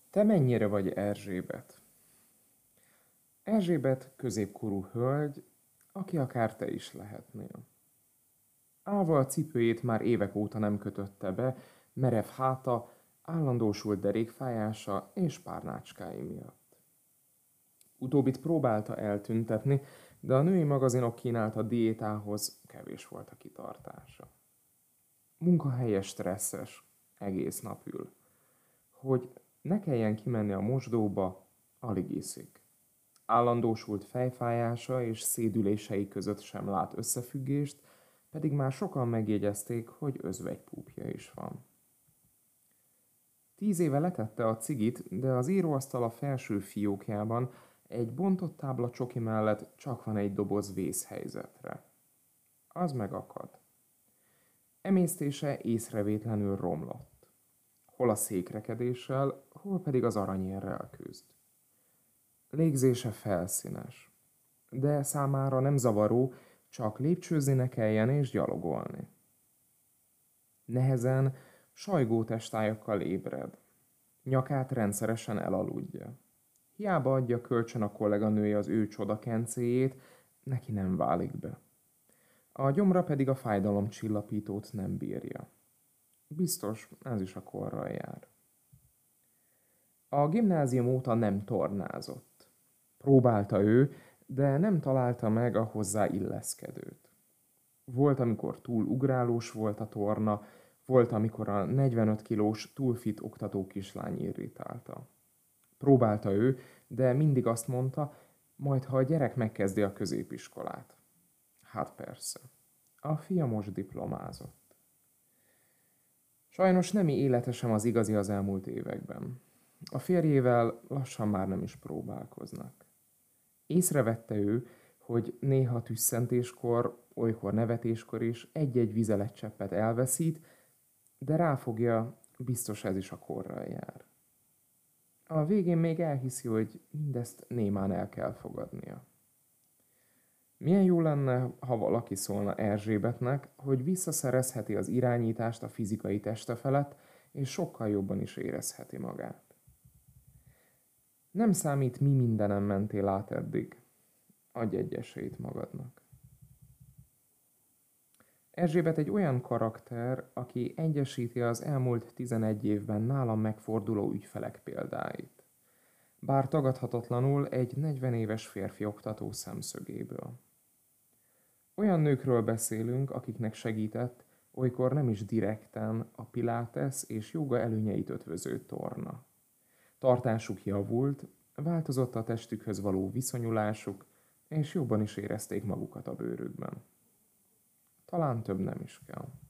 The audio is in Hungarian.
Te mennyire vagy Erzsébet? Erzsébet középkorú hölgy, aki akár te is lehetnél. Állva a cipőjét már évek óta nem kötötte be, merev háta, állandósult derékfájása és párnácskái miatt. Utóbbit próbálta eltüntetni, de a női magazinok kínálta diétához kevés volt a kitartása. Munkahelye stresszes, egész nap ül. Hogy ne kelljen kimenni a mosdóba, alig iszik. Állandósult fejfájása és szédülései között sem lát összefüggést, pedig már sokan megjegyezték, hogy özvegypúpja is van. 10 éve letette a cigit, de az íróasztal a felső fiókjában egy bontott tábla csoki mellett csak van egy doboz vészhelyzetre. Az megakad. Emésztése észrevétlenül romlott. Hol a székrekedéssel, hol pedig az aranyérrel küzd. Légzése felszínes, de számára nem zavaró, csak lépcsőzni ne kelljen és gyalogolni. Nehezen, sajgó testájakkal ébred. Nyakát rendszeresen elaludja. Hiába adja kölcsön a kolléganője az ő csodakencéjét, neki nem válik be. A gyomra pedig a fájdalomcsillapítót nem bírja. Biztos, ez is a korral jár. A gimnázium óta nem tornázott. Próbálta ő, de nem találta meg a hozzá illeszkedőt. Volt, amikor túl ugrálós volt a torna, volt, amikor a 45 kilós túlfit oktató kislány irritálta. Próbálta ő, de mindig azt mondta, majd ha a gyerek megkezdi a középiskolát. Hát persze. A fia most diplomázott. Sajnos nemi élete sem az igazi az elmúlt években. A férjével lassan már nem is próbálkoznak. Észrevette ő, hogy néha tüsszentéskor, olykor nevetéskor is egy-egy vizeletcseppet elveszít, de ráfogja, biztos ez is a korral jár. A végén még elhiszi, hogy mindezt némán el kell fogadnia. Milyen jó lenne, ha valaki szólna Erzsébetnek, hogy visszaszerezheti az irányítást a fizikai teste felett, és sokkal jobban is érezheti magát. Nem számít, mi mindenem mentél át eddig. Adj egy esélyt magadnak. Erzsébet egy olyan karakter, aki egyesíti az elmúlt 11 évben nálam megforduló ügyfelek példáit. Bár tagadhatatlanul egy 40 éves férfi oktató szemszögéből. Olyan nőkről beszélünk, akiknek segített, olykor nem is direkten a pilates és jóga előnyeit ötvöző torna. Tartásuk javult, változott a testükhöz való viszonyulásuk, és jobban is érezték magukat a bőrükben. Talán több nem is kell.